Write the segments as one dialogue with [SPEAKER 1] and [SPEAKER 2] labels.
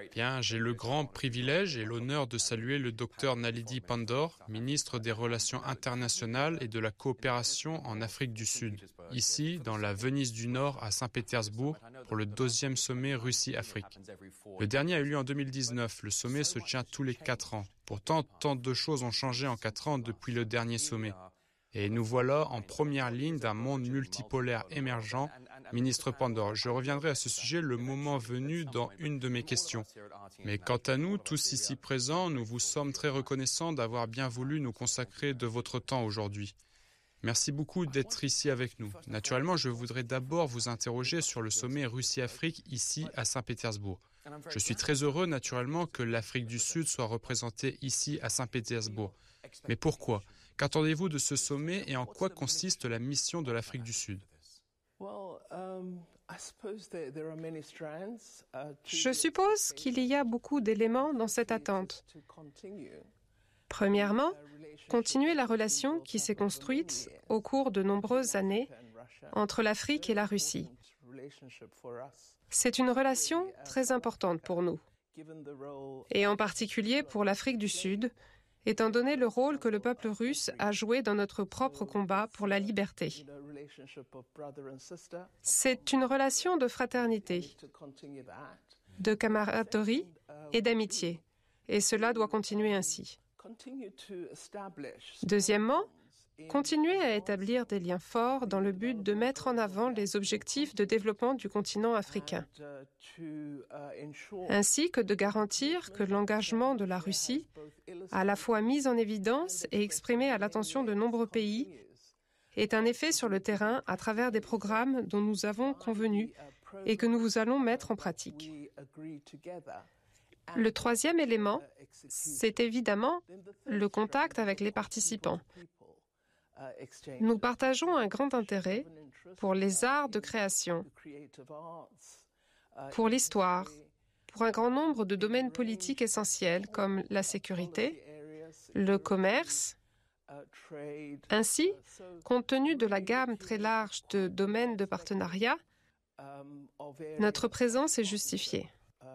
[SPEAKER 1] Bien, j'ai le grand privilège et l'honneur de saluer le docteur Naledi Pandor, ministre des Relations internationales et de la coopération en Afrique du Sud, ici dans la Venise du Nord à Saint-Pétersbourg pour le 2e sommet Russie-Afrique. Le dernier a eu lieu en 2019, le sommet se tient tous les 4 ans. Pourtant, tant de choses ont changé en 4 ans depuis le dernier sommet. Et nous voilà en première ligne d'un monde multipolaire émergent. Ministre Pandor, je reviendrai à ce sujet le moment venu dans une de mes questions. Mais quant à nous, tous ici présents, nous vous sommes très reconnaissants d'avoir bien voulu nous consacrer de votre temps aujourd'hui. Merci beaucoup d'être ici avec nous. Naturellement, je voudrais d'abord vous interroger sur le sommet Russie-Afrique ici à Saint-Pétersbourg. Je suis très heureux naturellement que l'Afrique du Sud soit représentée ici à Saint-Pétersbourg. Mais pourquoi ? Qu'attendez-vous de ce sommet et en quoi consiste la mission de l'Afrique du Sud ?
[SPEAKER 2] Je suppose qu'il y a beaucoup d'éléments dans cette attente. Premièrement, continuer la relation qui s'est construite au cours de nombreuses années entre l'Afrique et la Russie. C'est une relation très importante pour nous, et en particulier pour l'Afrique du Sud, étant donné le rôle que le peuple russe a joué dans notre propre combat pour la liberté. C'est une relation de fraternité, de camaraderie et d'amitié, et cela doit continuer ainsi. Deuxièmement, continuer à établir des liens forts dans le but de mettre en avant les objectifs de développement du continent africain, ainsi que de garantir que l'engagement de la Russie, à la fois mis en évidence et exprimé à l'attention de nombreux pays, ait un effet sur le terrain à travers des programmes dont nous avons convenu et que nous allons mettre en pratique. Le troisième élément, c'est évidemment le contact avec les participants. Nous partageons un grand intérêt pour les arts de création, pour l'histoire, pour un grand nombre de domaines politiques essentiels comme la sécurité, le commerce. Ainsi, compte tenu de la gamme très large de domaines de partenariat, notre présence est justifiée.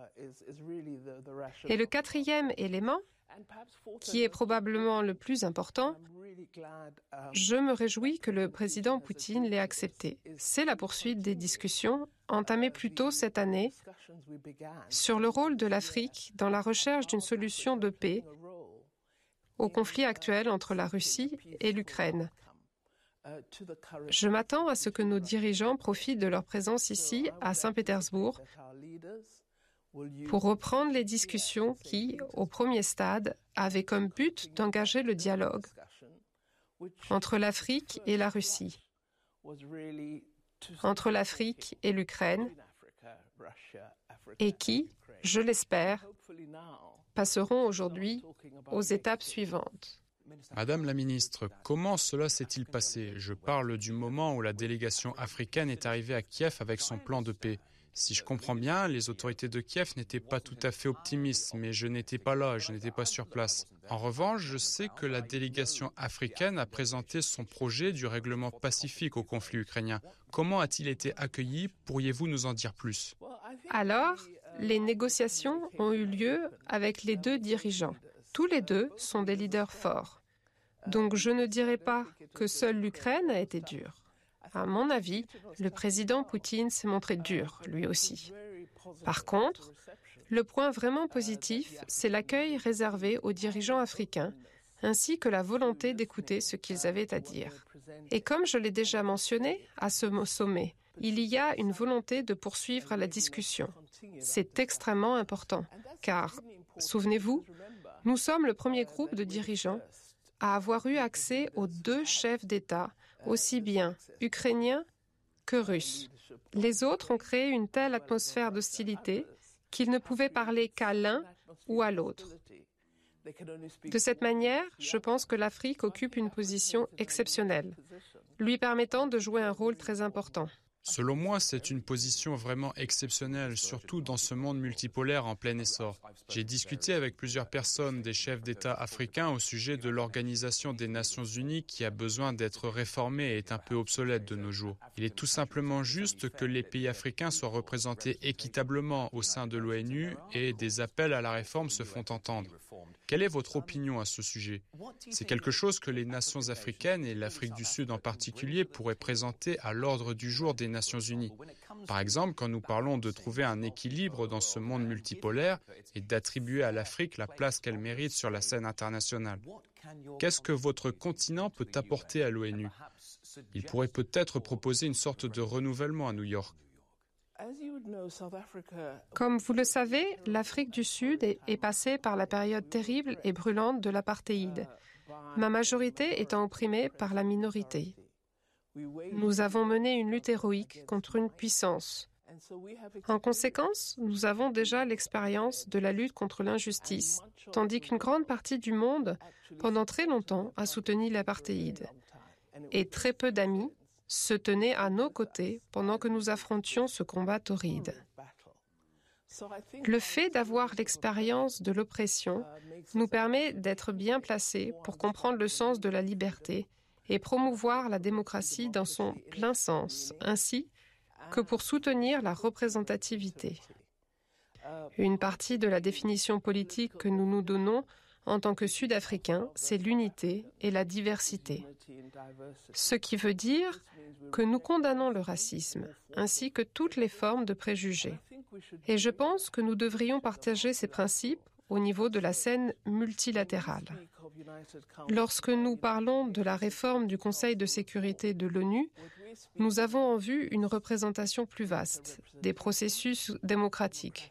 [SPEAKER 2] Et le quatrième élément, qui est probablement le plus important, je me réjouis que le président Poutine l'ait accepté. C'est la poursuite des discussions entamées plus tôt cette année sur le rôle de l'Afrique dans la recherche d'une solution de paix au conflit actuel entre la Russie et l'Ukraine. Je m'attends à ce que nos dirigeants profitent de leur présence ici, à Saint-Pétersbourg, pour reprendre les discussions qui, au premier stade, avaient comme but d'engager le dialogue entre l'Afrique et la Russie, entre l'Afrique et l'Ukraine, et qui, je l'espère, passeront aujourd'hui aux étapes suivantes.
[SPEAKER 1] Madame la ministre, comment cela s'est-il passé ? Je parle du moment où la délégation africaine est arrivée à Kiev avec son plan de paix. Si je comprends bien, les autorités de Kiev n'étaient pas tout à fait optimistes, mais je n'étais pas là, je n'étais pas sur place. En revanche, je sais que la délégation africaine a présenté son projet du règlement pacifique au conflit ukrainien. Comment a-t-il été accueilli ? Pourriez-vous nous en dire plus ?
[SPEAKER 2] Alors, les négociations ont eu lieu avec les deux dirigeants. Tous les deux sont des leaders forts. Donc je ne dirais pas que seule l'Ukraine a été dure. À mon avis, le président Poutine s'est montré dur, lui aussi. Par contre, le point vraiment positif, c'est l'accueil réservé aux dirigeants africains, ainsi que la volonté d'écouter ce qu'ils avaient à dire. Et comme je l'ai déjà mentionné à ce sommet, il y a une volonté de poursuivre la discussion. C'est extrêmement important, car, souvenez-vous, nous sommes le premier groupe de dirigeants à avoir eu accès aux deux chefs d'État, aussi bien ukrainiens que russes. Les autres ont créé une telle atmosphère d'hostilité qu'ils ne pouvaient parler qu'à l'un ou à l'autre. De cette manière, je pense que l'Afrique occupe une position exceptionnelle, lui permettant de jouer un rôle très important.
[SPEAKER 1] Selon moi, c'est une position vraiment exceptionnelle, surtout dans ce monde multipolaire en plein essor. J'ai discuté avec plusieurs personnes, des chefs d'État africains, au sujet de l'Organisation des Nations Unies qui a besoin d'être réformée et est un peu obsolète de nos jours. Il est tout simplement juste que les pays africains soient représentés équitablement au sein de l'ONU et des appels à la réforme se font entendre. Quelle est votre opinion à ce sujet? C'est quelque chose que les nations africaines et l'Afrique du Sud en particulier pourraient présenter à l'ordre du jour des Nations Unies. Par exemple, quand nous parlons de trouver un équilibre dans ce monde multipolaire et d'attribuer à l'Afrique la place qu'elle mérite sur la scène internationale. Qu'est-ce que votre continent peut apporter à l'ONU? Il pourrait peut-être proposer une sorte de renouvellement à New York.
[SPEAKER 2] Comme vous le savez, l'Afrique du Sud est passée par la période terrible et brûlante de l'apartheid, ma majorité étant opprimée par la minorité. Nous avons mené une lutte héroïque contre une puissance. En conséquence, nous avons déjà l'expérience de la lutte contre l'injustice, tandis qu'une grande partie du monde, pendant très longtemps, a soutenu l'apartheid. Et très peu d'amis se tenaient à nos côtés pendant que nous affrontions ce combat torride. Le fait d'avoir l'expérience de l'oppression nous permet d'être bien placés pour comprendre le sens de la liberté et promouvoir la démocratie dans son plein sens, ainsi que pour soutenir la représentativité. Une partie de la définition politique que nous nous donnons en tant que Sud-Africains, c'est l'unité et la diversité. Ce qui veut dire que nous condamnons le racisme, ainsi que toutes les formes de préjugés. Et je pense que nous devrions partager ces principes au niveau de la scène multilatérale. Lorsque nous parlons de la réforme du Conseil de sécurité de l'ONU, nous avons en vue une représentation plus vaste des processus démocratiques.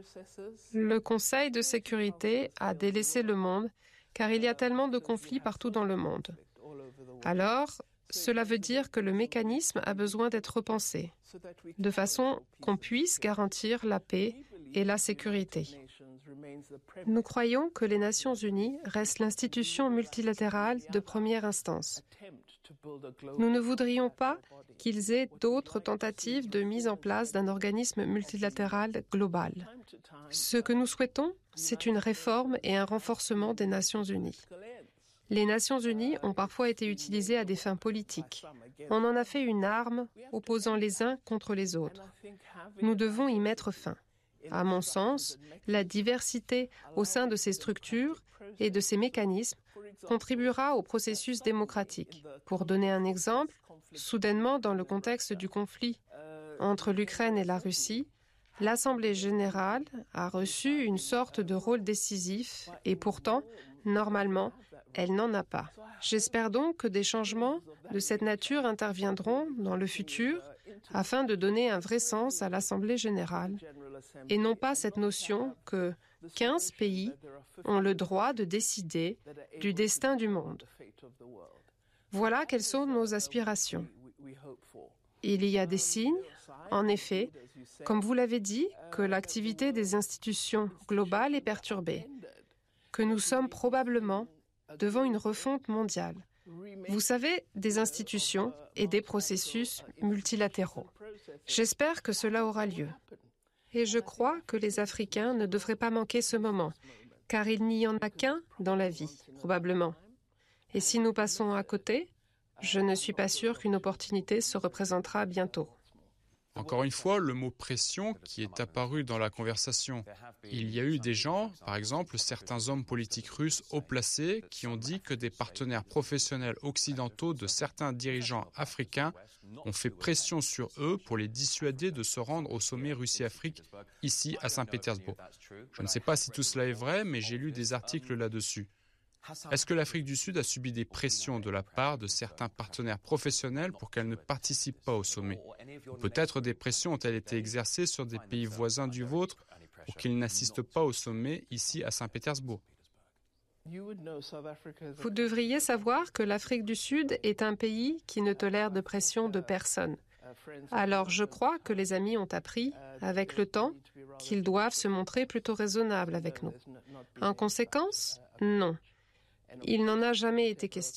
[SPEAKER 2] Le Conseil de sécurité a délaissé le monde car il y a tellement de conflits partout dans le monde. Alors, cela veut dire que le mécanisme a besoin d'être repensé, de façon qu'on puisse garantir la paix et la sécurité. Nous croyons que les Nations Unies restent l'institution multilatérale de première instance. Nous ne voudrions pas qu'ils aient d'autres tentatives de mise en place d'un organisme multilatéral global. Ce que nous souhaitons, c'est une réforme et un renforcement des Nations Unies. Les Nations Unies ont parfois été utilisées à des fins politiques. On en a fait une arme, opposant les uns contre les autres. Nous devons y mettre fin. À mon sens, la diversité au sein de ces structures et de ces mécanismes contribuera au processus démocratique. Pour donner un exemple, soudainement, dans le contexte du conflit entre l'Ukraine et la Russie, l'Assemblée générale a reçu une sorte de rôle décisif et pourtant, normalement, elle n'en a pas. J'espère donc que des changements de cette nature interviendront dans le futur afin de donner un vrai sens à l'Assemblée générale et non pas cette notion que 15 pays ont le droit de décider du destin du monde. Voilà quelles sont nos aspirations. Il y a des signes, en effet, comme vous l'avez dit, que l'activité des institutions globales est perturbée, que nous sommes probablement devant une refonte mondiale. Vous savez, des institutions et des processus multilatéraux. J'espère que cela aura lieu. Et je crois que les Africains ne devraient pas manquer ce moment, car il n'y en a qu'un dans la vie, probablement. Et si nous passons à côté, je ne suis pas sûre qu'une opportunité se représentera bientôt.
[SPEAKER 1] Encore une fois, le mot pression qui est apparu dans la conversation. Il y a eu des gens, par exemple certains hommes politiques russes haut placés, qui ont dit que des partenaires professionnels occidentaux de certains dirigeants africains ont fait pression sur eux pour les dissuader de se rendre au sommet Russie-Afrique, ici à Saint-Pétersbourg. Je ne sais pas si tout cela est vrai, mais j'ai lu des articles là-dessus. Est-ce que l'Afrique du Sud a subi des pressions de la part de certains partenaires professionnels pour qu'elle ne participe pas au sommet? Ou peut-être des pressions ont-elles été exercées sur des pays voisins du vôtre pour qu'ils n'assistent pas au sommet ici à Saint-Pétersbourg?
[SPEAKER 2] Vous devriez savoir que l'Afrique du Sud est un pays qui ne tolère de pression de personne. Alors je crois que les amis ont appris, avec le temps, qu'ils doivent se montrer plutôt raisonnables avec nous. En conséquence, non. Il n'en a jamais été question.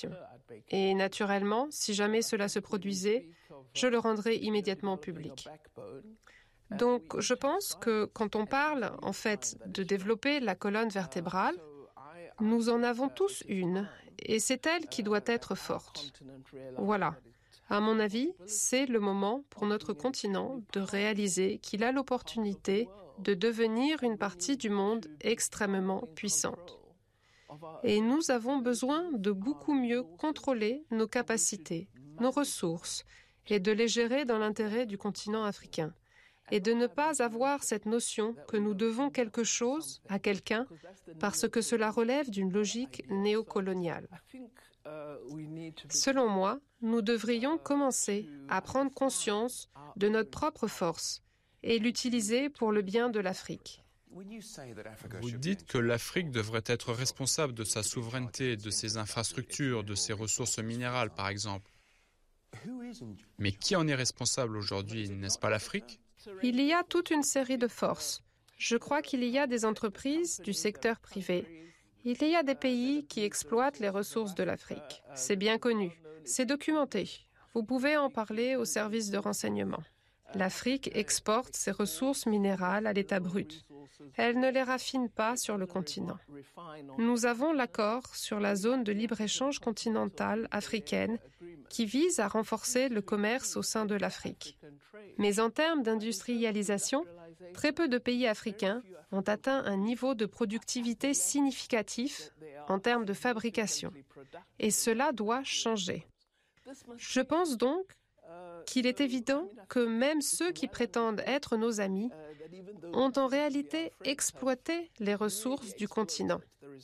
[SPEAKER 2] Et naturellement, si jamais cela se produisait, je le rendrai immédiatement public. Donc, je pense que quand on parle, en fait, de développer la colonne vertébrale, nous en avons tous une, et c'est elle qui doit être forte. Voilà. À mon avis, c'est le moment pour notre continent de réaliser qu'il a l'opportunité de devenir une partie du monde extrêmement puissante. Et nous avons besoin de beaucoup mieux contrôler nos capacités, nos ressources, et de les gérer dans l'intérêt du continent africain. Et de ne pas avoir cette notion que nous devons quelque chose à quelqu'un parce que cela relève d'une logique néocoloniale. Selon moi, nous devrions commencer à prendre conscience de notre propre force et l'utiliser pour le bien de l'Afrique.
[SPEAKER 1] Vous dites que l'Afrique devrait être responsable de sa souveraineté, de ses infrastructures, de ses ressources minérales, par exemple. Mais qui en est responsable aujourd'hui, n'est-ce pas l'Afrique ?
[SPEAKER 2] Il y a toute une série de forces. Je crois qu'il y a des entreprises du secteur privé. Il y a des pays qui exploitent les ressources de l'Afrique. C'est bien connu. C'est documenté. Vous pouvez en parler aux services de renseignement. L'Afrique exporte ses ressources minérales à l'état brut. Elle ne les raffine pas sur le continent. Nous avons l'accord sur la zone de libre-échange continentale africaine qui vise à renforcer le commerce au sein de l'Afrique. Mais en termes d'industrialisation, très peu de pays africains ont atteint un niveau de productivité significatif en termes de fabrication. Et cela doit changer. Je pense donc qu'il est évident que même ceux qui prétendent être nos amis ont en réalité exploité les ressources du continent.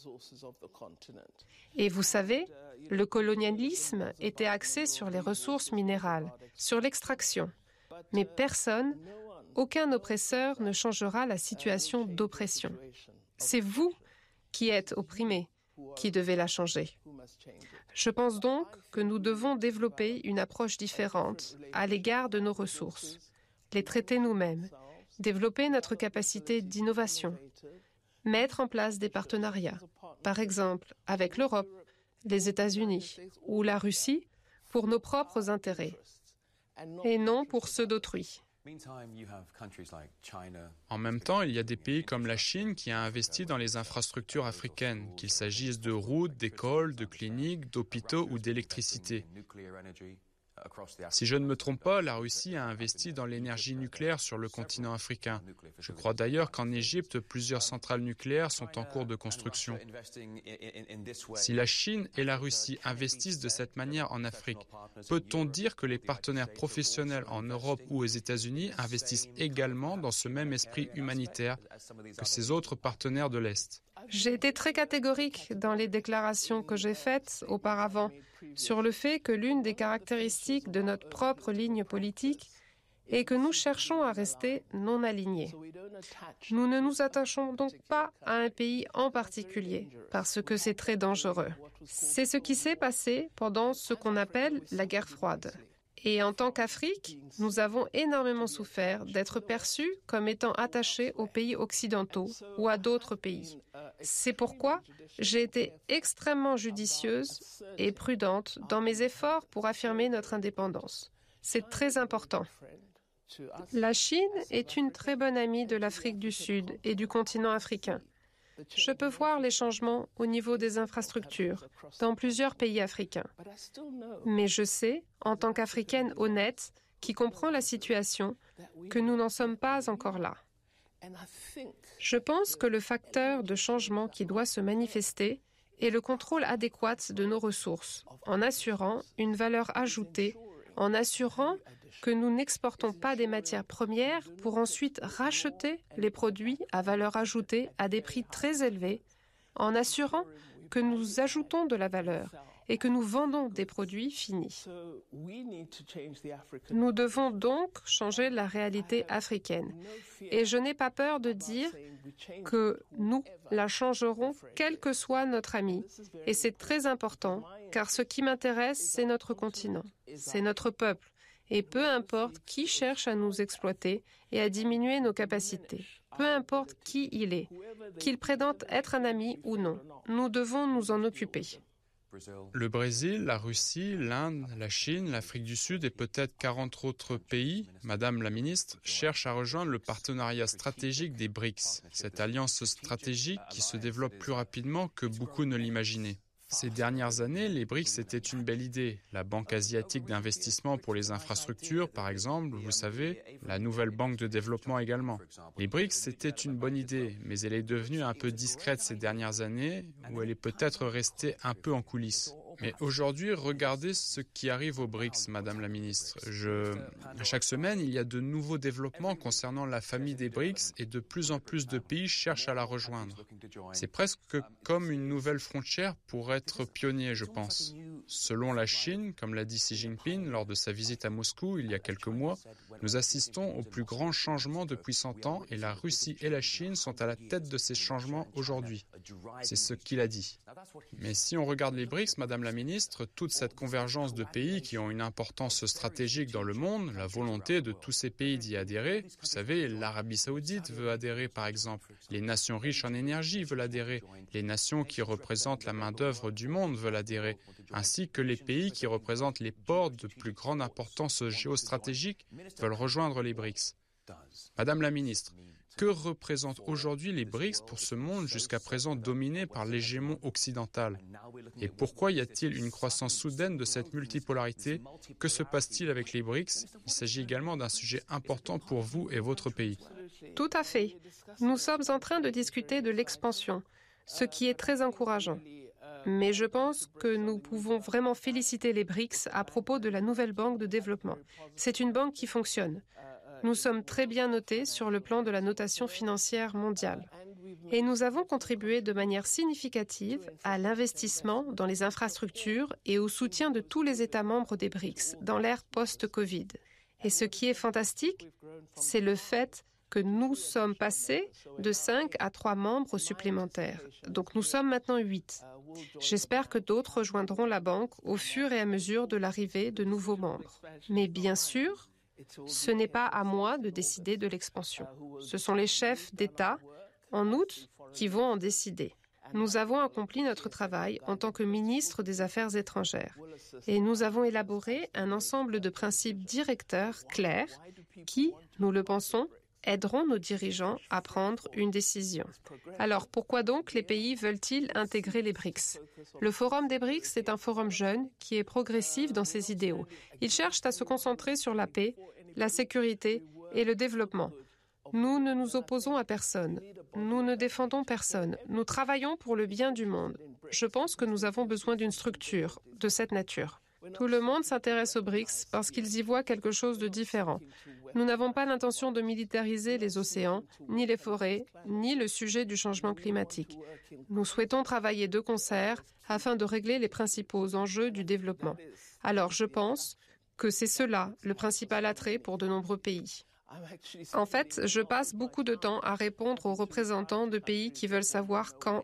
[SPEAKER 2] Et vous savez, le colonialisme était axé sur les ressources minérales, sur l'extraction. Mais personne, aucun oppresseur ne changera la situation d'oppression. C'est vous qui êtes opprimés qui devez la changer. Je pense donc que nous devons développer une approche différente à l'égard de nos ressources, les traiter nous-mêmes, développer notre capacité d'innovation, mettre en place des partenariats, par exemple avec l'Europe, les États-Unis ou la Russie, pour nos propres intérêts, et non pour ceux d'autrui.
[SPEAKER 1] En même temps, il y a des pays comme la Chine qui a investi dans les infrastructures africaines, qu'il s'agisse de routes, d'écoles, de cliniques, d'hôpitaux ou d'électricité. Si je ne me trompe pas, la Russie a investi dans l'énergie nucléaire sur le continent africain. Je crois d'ailleurs qu'en Égypte, plusieurs centrales nucléaires sont en cours de construction. Si la Chine et la Russie investissent de cette manière en Afrique, peut-on dire que les partenaires professionnels en Europe ou aux États-Unis investissent également dans ce même esprit humanitaire que ces autres partenaires de l'Est ?
[SPEAKER 2] J'ai été très catégorique dans les déclarations que j'ai faites auparavant sur le fait que l'une des caractéristiques de notre propre ligne politique est que nous cherchons à rester non alignés. Nous ne nous attachons donc pas à un pays en particulier, parce que c'est très dangereux. C'est ce qui s'est passé pendant ce qu'on appelle la guerre froide. Et en tant qu'Afrique, nous avons énormément souffert d'être perçus comme étant attachés aux pays occidentaux ou à d'autres pays. C'est pourquoi j'ai été extrêmement judicieuse et prudente dans mes efforts pour affirmer notre indépendance. C'est très important. La Chine est une très bonne amie de l'Afrique du Sud et du continent africain. Je peux voir les changements au niveau des infrastructures dans plusieurs pays africains. Mais je sais, en tant qu'Africaine honnête, qui comprend la situation, que nous n'en sommes pas encore là. Je pense que le facteur de changement qui doit se manifester est le contrôle adéquat de nos ressources, en assurant une valeur ajoutée, en assurant que nous n'exportons pas des matières premières pour ensuite racheter les produits à valeur ajoutée à des prix très élevés, en assurant que nous ajoutons de la valeur et que nous vendons des produits finis. Nous devons donc changer la réalité africaine. Et je n'ai pas peur de dire que nous la changerons quel que soit notre ami. Et c'est très important, car ce qui m'intéresse, c'est notre continent, c'est notre peuple. Et peu importe qui cherche à nous exploiter et à diminuer nos capacités, peu importe qui il est, qu'il prétende être un ami ou non, nous devons nous en occuper.
[SPEAKER 1] Le Brésil, la Russie, l'Inde, la Chine, l'Afrique du Sud et peut-être 40 autres pays, Madame la ministre, cherchent à rejoindre le partenariat stratégique des BRICS, cette alliance stratégique qui se développe plus rapidement que beaucoup ne l'imaginaient. Ces dernières années, les BRICS étaient une belle idée. La Banque asiatique d'investissement pour les infrastructures, par exemple, vous savez, la nouvelle banque de développement également. Les BRICS, c'était une bonne idée, mais elle est devenue un peu discrète ces dernières années, ou elle est peut-être restée un peu en coulisses. Mais aujourd'hui, regardez ce qui arrive aux BRICS, Madame la ministre. Chaque semaine, il y a de nouveaux développements concernant la famille des BRICS et de plus en plus de pays cherchent à la rejoindre. C'est presque comme une nouvelle frontière pour être pionnier, je pense. Selon la Chine, comme l'a dit Xi Jinping lors de sa visite à Moscou il y a quelques mois, nous assistons au plus grand changement depuis 100 ans et la Russie et la Chine sont à la tête de ces changements aujourd'hui. C'est ce qu'il a dit. Mais si on regarde les BRICS, Madame la ministre, toute cette convergence de pays qui ont une importance stratégique dans le monde, la volonté de tous ces pays d'y adhérer, vous savez, l'Arabie Saoudite veut adhérer par exemple, les nations riches en énergie veulent adhérer, les nations qui représentent la main-d'œuvre du monde veulent adhérer, ainsi que les pays qui représentent les ports de plus grande importance géostratégique veulent rejoindre les BRICS. Madame la ministre, que représentent aujourd'hui les BRICS pour ce monde jusqu'à présent dominé par l'hégémon occidental? Et pourquoi y a-t-il une croissance soudaine de cette multipolarité? Que se passe-t-il avec les BRICS? Il s'agit également d'un sujet important pour vous et votre pays.
[SPEAKER 2] Tout à fait. Nous sommes en train de discuter de l'expansion, ce qui est très encourageant. Mais je pense que nous pouvons vraiment féliciter les BRICS à propos de la nouvelle banque de développement. C'est une banque qui fonctionne. Nous sommes très bien notés sur le plan de la notation financière mondiale. Et nous avons contribué de manière significative à l'investissement dans les infrastructures et au soutien de tous les États membres des BRICS dans l'ère post-Covid. Et ce qui est fantastique, c'est le fait que nous sommes passés de 5 à 3 membres supplémentaires. Donc nous sommes maintenant 8. J'espère que d'autres rejoindront la banque au fur et à mesure de l'arrivée de nouveaux membres. Mais bien sûr, ce n'est pas à moi de décider de l'expansion. Ce sont les chefs d'État, en août, qui vont en décider. Nous avons accompli notre travail en tant que ministre des Affaires étrangères et nous avons élaboré un ensemble de principes directeurs clairs qui, nous le pensons, aideront nos dirigeants à prendre une décision. Alors, pourquoi donc les pays veulent-ils intégrer les BRICS? Le Forum des BRICS est un forum jeune qui est progressif dans ses idéaux. Ils cherchent à se concentrer sur la paix, la sécurité et le développement. Nous ne nous opposons à personne. Nous ne défendons personne. Nous travaillons pour le bien du monde. Je pense que nous avons besoin d'une structure de cette nature. Tout le monde s'intéresse aux BRICS parce qu'ils y voient quelque chose de différent. Nous n'avons pas l'intention de militariser les océans, ni les forêts, ni le sujet du changement climatique. Nous souhaitons travailler de concert afin de régler les principaux enjeux du développement. Alors je pense que c'est cela le principal attrait pour de nombreux pays. En fait, je passe beaucoup de temps à répondre aux représentants de pays qui veulent savoir quand.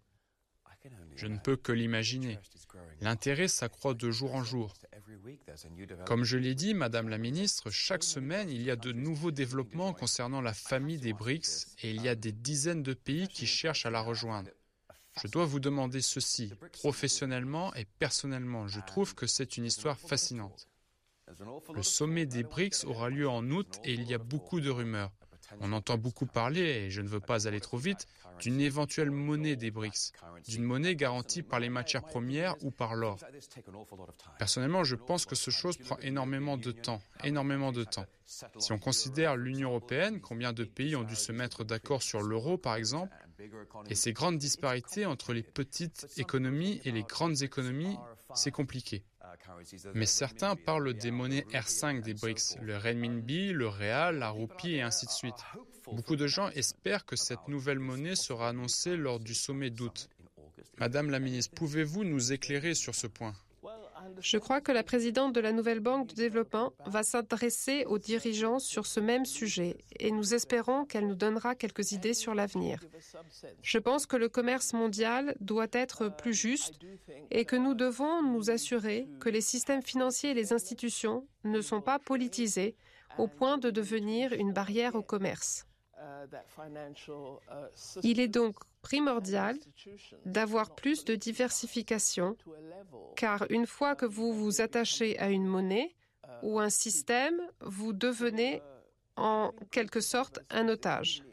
[SPEAKER 1] Je ne peux que l'imaginer. L'intérêt s'accroît de jour en jour. Comme je l'ai dit, Madame la ministre, chaque semaine, il y a de nouveaux développements concernant la famille des BRICS et il y a des dizaines de pays qui cherchent à la rejoindre. Je dois vous demander ceci, professionnellement et personnellement, je trouve que c'est une histoire fascinante. Le sommet des BRICS aura lieu en août et il y a beaucoup de rumeurs. On entend beaucoup parler, et je ne veux pas aller trop vite, d'une éventuelle monnaie des BRICS, d'une monnaie garantie par les matières premières ou par l'or. Personnellement, je pense que ce chose prend énormément de temps. Si on considère l'Union européenne, combien de pays ont dû se mettre d'accord sur l'euro, par exemple, et ces grandes disparités entre les petites économies et les grandes économies, c'est compliqué. Mais certains parlent des monnaies R5 des BRICS, le renminbi, le réal, la roupie et ainsi de suite. Beaucoup de gens espèrent que cette nouvelle monnaie sera annoncée lors du sommet d'août. Madame la ministre, pouvez-vous nous éclairer sur ce point?
[SPEAKER 2] Je crois que la présidente de la nouvelle banque de développement va s'adresser aux dirigeants sur ce même sujet et nous espérons qu'elle nous donnera quelques idées sur l'avenir. Je pense que le commerce mondial doit être plus juste et que nous devons nous assurer que les systèmes financiers et les institutions ne sont pas politisés au point de devenir une barrière au commerce. Il est donc primordial d'avoir plus de diversification, car une fois que vous vous attachez à une monnaie ou un système, vous devenez en quelque sorte un otage.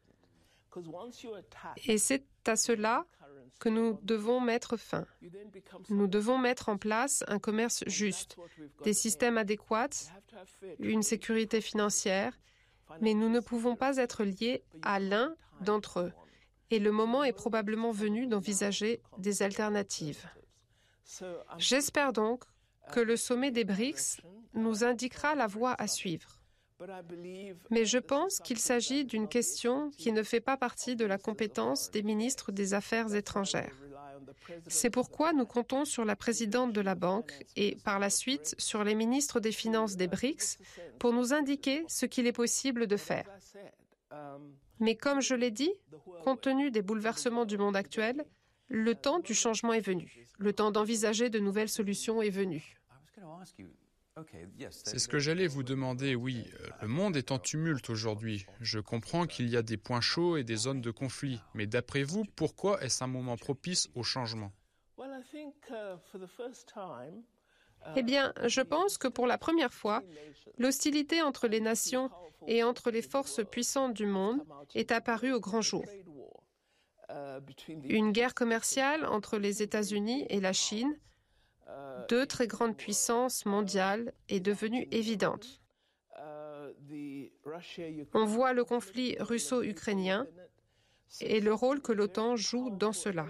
[SPEAKER 2] Et c'est à cela que nous devons mettre fin. Nous devons mettre en place un commerce juste, des systèmes adéquats, une sécurité financière, mais nous ne pouvons pas être liés à l'un d'entre eux. Et le moment est probablement venu d'envisager des alternatives. J'espère donc que le sommet des BRICS nous indiquera la voie à suivre. Mais je pense qu'il s'agit d'une question qui ne fait pas partie de la compétence des ministres des Affaires étrangères. C'est pourquoi nous comptons sur la présidente de la Banque et, par la suite, sur les ministres des Finances des BRICS pour nous indiquer ce qu'il est possible de faire. Mais comme je l'ai dit, compte tenu des bouleversements du monde actuel, le temps du changement est venu. Le temps d'envisager de nouvelles solutions est venu.
[SPEAKER 1] C'est ce que j'allais vous demander, oui. Le monde est en tumulte aujourd'hui. Je comprends qu'il y a des points chauds et des zones de conflit. Mais d'après vous, pourquoi est-ce un moment propice au changement?
[SPEAKER 2] Eh bien, je pense que pour la première fois, l'hostilité entre les nations et entre les forces puissantes du monde est apparue au grand jour. Une guerre commerciale entre les États-Unis et la Chine, deux très grandes puissances mondiales, est devenue évidente. On voit le conflit russo-ukrainien et le rôle que l'OTAN joue dans cela.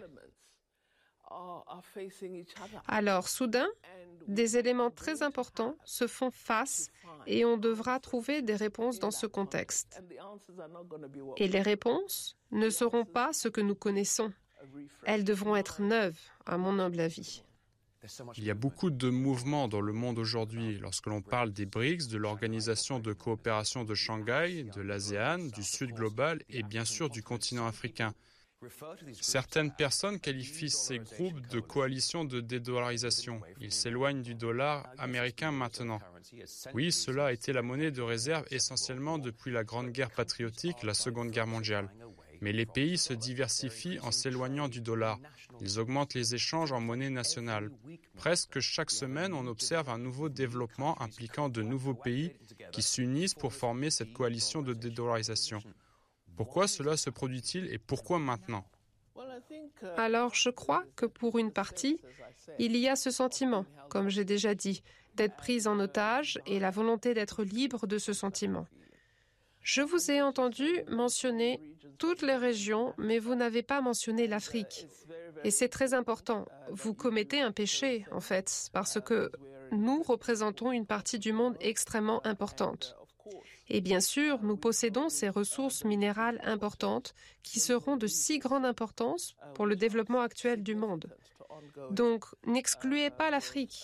[SPEAKER 2] Alors, soudain, des éléments très importants se font face et on devra trouver des réponses dans ce contexte. Et les réponses ne seront pas ce que nous connaissons. Elles devront être neuves, à mon humble avis.
[SPEAKER 1] Il y a beaucoup de mouvements dans le monde aujourd'hui. Lorsque l'on parle des BRICS, de l'Organisation de coopération de Shanghai, de l'ASEAN, du Sud global et bien sûr du continent africain. Certaines personnes qualifient ces groupes de coalitions de dédollarisation. Ils s'éloignent du dollar américain maintenant. Oui, cela a été la monnaie de réserve essentiellement depuis la Grande Guerre patriotique, la Seconde Guerre mondiale. Mais les pays se diversifient en s'éloignant du dollar. Ils augmentent les échanges en monnaie nationale. Presque chaque semaine, on observe un nouveau développement impliquant de nouveaux pays qui s'unissent pour former cette coalition de dédollarisation. Pourquoi cela se produit-il et pourquoi maintenant?
[SPEAKER 2] Alors, je crois que pour une partie, il y a ce sentiment, comme j'ai déjà dit, d'être prise en otage et la volonté d'être libre de ce sentiment. Je vous ai entendu mentionner toutes les régions, mais vous n'avez pas mentionné l'Afrique. Et c'est très important. Vous commettez un péché, en fait, parce que nous représentons une partie du monde extrêmement importante. Et bien sûr, nous possédons ces ressources minérales importantes qui seront de si grande importance pour le développement actuel du monde. Donc, n'excluez pas l'Afrique.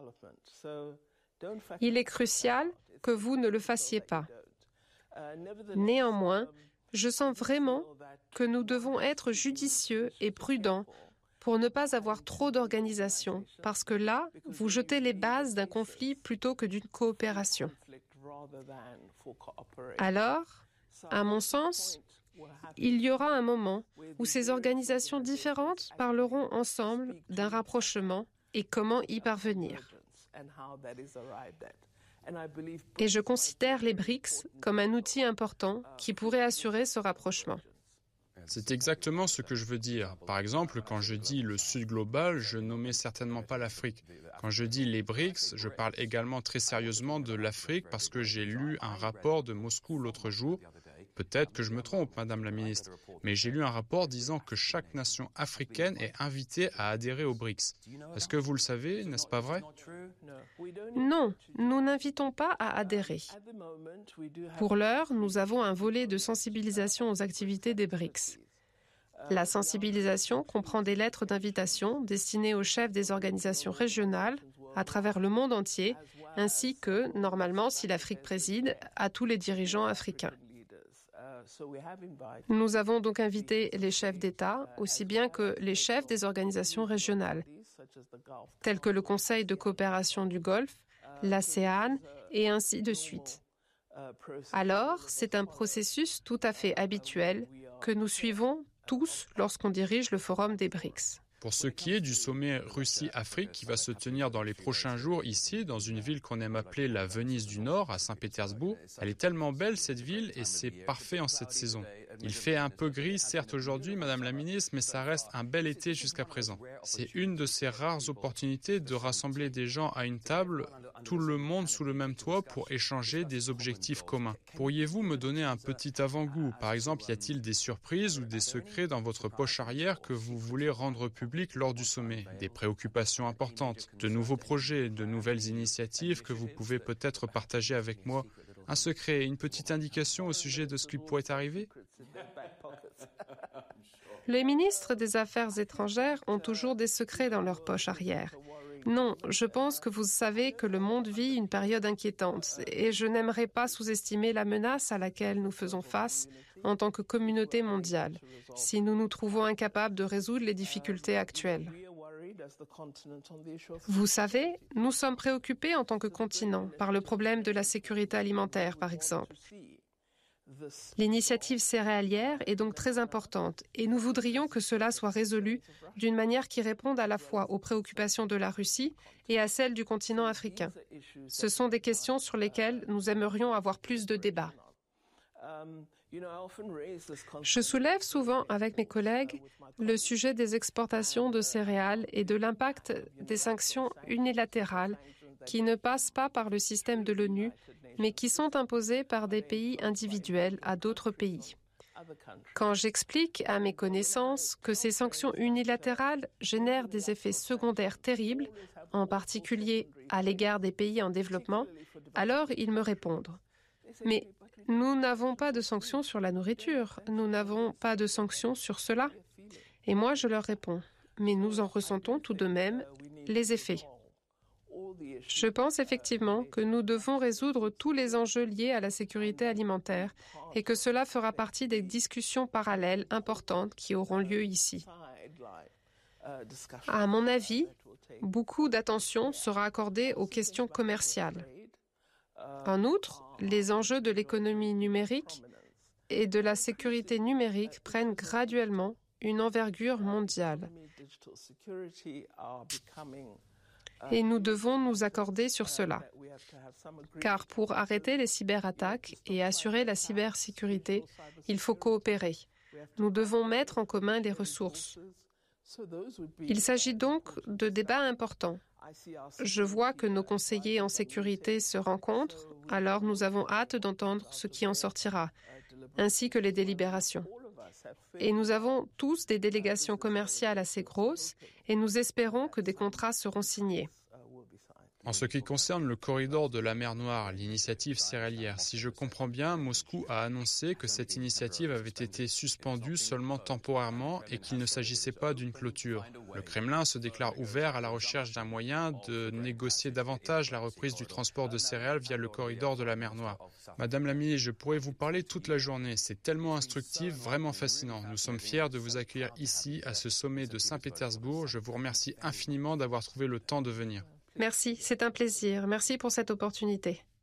[SPEAKER 2] Il est crucial que vous ne le fassiez pas. Néanmoins, je sens vraiment que nous devons être judicieux et prudents pour ne pas avoir trop d'organisation, parce que là, vous jetez les bases d'un conflit plutôt que d'une coopération. Alors, à mon sens, il y aura un moment où ces organisations différentes parleront ensemble d'un rapprochement et comment y parvenir. Et je considère les BRICS comme un outil important qui pourrait assurer ce rapprochement.
[SPEAKER 1] C'est exactement ce que je veux dire. Par exemple, quand je dis le Sud global, je nommais certainement pas l'Afrique. Quand je dis les BRICS, je parle également très sérieusement de l'Afrique parce que j'ai lu un rapport de Moscou l'autre jour. Peut-être que je me trompe, Madame la Ministre, mais j'ai lu un rapport disant que chaque nation africaine est invitée à adhérer aux BRICS. Est-ce que vous le savez, n'est-ce pas vrai?
[SPEAKER 2] Non, nous n'invitons pas à adhérer. Pour l'heure, nous avons un volet de sensibilisation aux activités des BRICS. La sensibilisation comprend des lettres d'invitation destinées aux chefs des organisations régionales à travers le monde entier, ainsi que, normalement, si l'Afrique préside, à tous les dirigeants africains. Nous avons donc invité les chefs d'État, aussi bien que les chefs des organisations régionales, tels que le Conseil de coopération du Golfe, l'ASEAN et ainsi de suite. Alors, c'est un processus tout à fait habituel que nous suivons tous lorsqu'on dirige le forum des BRICS.
[SPEAKER 1] Pour ce qui est du sommet Russie-Afrique qui va se tenir dans les prochains jours ici, dans une ville qu'on aime appeler la Venise du Nord, à Saint-Pétersbourg, elle est tellement belle cette ville et c'est parfait en cette saison. Il fait un peu gris certes aujourd'hui, Madame la Ministre, mais ça reste un bel été jusqu'à présent. C'est une de ces rares opportunités de rassembler des gens à une table, tout le monde sous le même toit pour échanger des objectifs communs. Pourriez-vous me donner un petit avant-goût? Par exemple, y a-t-il des surprises ou des secrets dans votre poche arrière que vous voulez rendre publics lors du sommet? Des préoccupations importantes, de nouveaux projets, de nouvelles initiatives que vous pouvez peut-être partager avec moi? Un secret, une petite indication au sujet de ce qui pourrait arriver?
[SPEAKER 2] Les ministres des Affaires étrangères ont toujours des secrets dans leur poche arrière. Non, je pense que vous savez que le monde vit une période inquiétante et je n'aimerais pas sous-estimer la menace à laquelle nous faisons face en tant que communauté mondiale, si nous nous trouvons incapables de résoudre les difficultés actuelles. Vous savez, nous sommes préoccupés en tant que continent par le problème de la sécurité alimentaire, par exemple. L'initiative céréalière est donc très importante et nous voudrions que cela soit résolu d'une manière qui réponde à la fois aux préoccupations de la Russie et à celles du continent africain. Ce sont des questions sur lesquelles nous aimerions avoir plus de débats. Je soulève souvent avec mes collègues le sujet des exportations de céréales et de l'impact des sanctions unilatérales qui ne passent pas par le système de l'ONU, mais qui sont imposées par des pays individuels à d'autres pays. Quand j'explique à mes connaissances que ces sanctions unilatérales génèrent des effets secondaires terribles, en particulier à l'égard des pays en développement, alors ils me répondent « Mais nous n'avons pas de sanctions sur la nourriture, nous n'avons pas de sanctions sur cela. » Et moi, je leur réponds « Mais nous en ressentons tout de même les effets. » Je pense effectivement que nous devons résoudre tous les enjeux liés à la sécurité alimentaire et que cela fera partie des discussions parallèles importantes qui auront lieu ici. À mon avis, beaucoup d'attention sera accordée aux questions commerciales. En outre, les enjeux de l'économie numérique et de la sécurité numérique prennent graduellement une envergure mondiale. Et nous devons nous accorder sur cela. Car pour arrêter les cyberattaques et assurer la cybersécurité, il faut coopérer. Nous devons mettre en commun les ressources. Il s'agit donc de débats importants. Je vois que nos conseillers en sécurité se rencontrent, alors nous avons hâte d'entendre ce qui en sortira, ainsi que les délibérations. Et nous avons tous des délégations commerciales assez grosses et nous espérons que des contrats seront signés.
[SPEAKER 1] En ce qui concerne le corridor de la mer Noire, l'initiative céréalière, si je comprends bien, Moscou a annoncé que cette initiative avait été suspendue seulement temporairement et qu'il ne s'agissait pas d'une clôture. Le Kremlin se déclare ouvert à la recherche d'un moyen de négocier davantage la reprise du transport de céréales via le corridor de la mer Noire. Madame la ministre, je pourrais vous parler toute la journée. C'est tellement instructif, vraiment fascinant. Nous sommes fiers de vous accueillir ici, à ce sommet de Saint-Pétersbourg. Je vous remercie infiniment d'avoir trouvé le temps de venir.
[SPEAKER 2] Merci, c'est un plaisir. Merci pour cette opportunité.